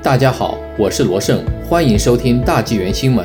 大家好，我是罗胜，欢迎收听大纪元新闻。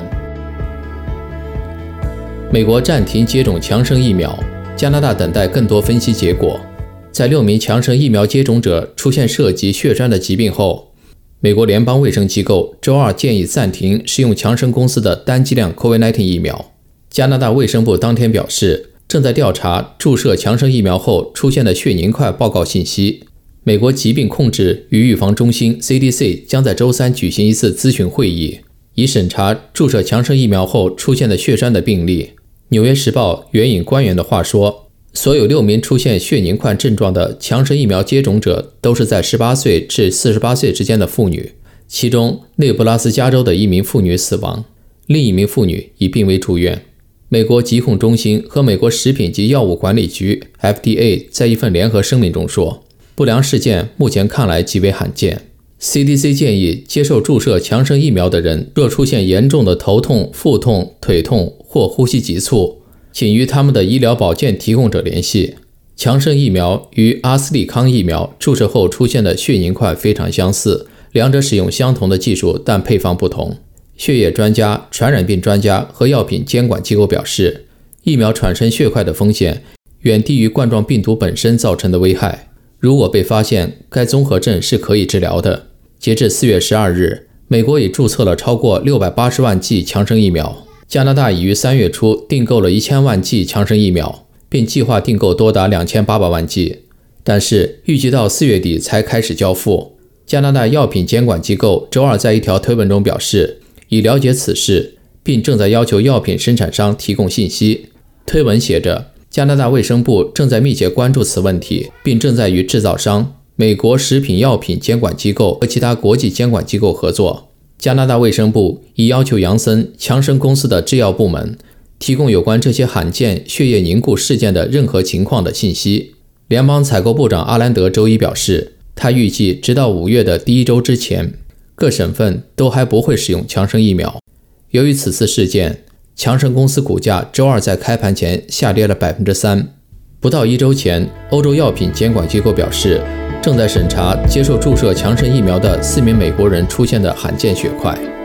美国暂停接种强生疫苗，加拿大等待更多分析结果。在6名强生疫苗接种者出现涉及血栓的疾病后，美国联邦卫生机构周二建议暂停使用强生公司的单剂量 COVID-19 疫苗。加拿大卫生部当天表示，正在调查注射强生疫苗后出现的血凝块报告信息。美国疾病控制与预防中心 CDC 将在周三举行一次咨询会议，以审查注射强生疫苗后出现的血栓的病例。纽约时报援引官员的话说，所有6名出现血凝块症状的强生疫苗接种者都是在18岁至48岁之间的妇女，其中内布拉斯加州的1名妇女死亡，另1名妇女已病危住院。美国疾控中心和美国食品及药物管理局 FDA 在一份联合声明中说，不良事件目前看来极为罕见。CDC 建议接受注射强生疫苗的人若出现严重的头痛、腹痛、腿痛或呼吸急促，请与他们的医疗保健提供者联系。强生疫苗与阿斯利康疫苗注射后出现的血凝块非常相似，两者使用相同的技术，但配方不同。血液专家、传染病专家和药品监管机构表示，疫苗产生血块的风险远低于冠状病毒本身造成的危害。如果被发现，该综合症是可以治疗的。截至4月12日，美国已注册了超过680万剂强生疫苗。加拿大已于3月初订购了1000万剂强生疫苗，并计划订购多达2800万剂，但是预计到4月底才开始交付。加拿大药品监管机构周二在一条推文中表示，已了解此事，并正在要求药品生产商提供信息。推文写着，加拿大卫生部正在密切关注此问题，并正在与制造商、美国食品药品监管机构和其他国际监管机构合作。加拿大卫生部已要求杨森强生公司的制药部门提供有关这些罕见血液凝固事件的任何情况的信息。联邦采购部长阿兰德周一表示，他预计直到5月的第1周之前，各省份都还不会使用强生疫苗。由于此次事件，强生公司股价周二在开盘前下跌了 3%。 不到1周前，欧洲药品监管机构表示，正在审查接受注射强生疫苗的4名美国人出现的罕见血块。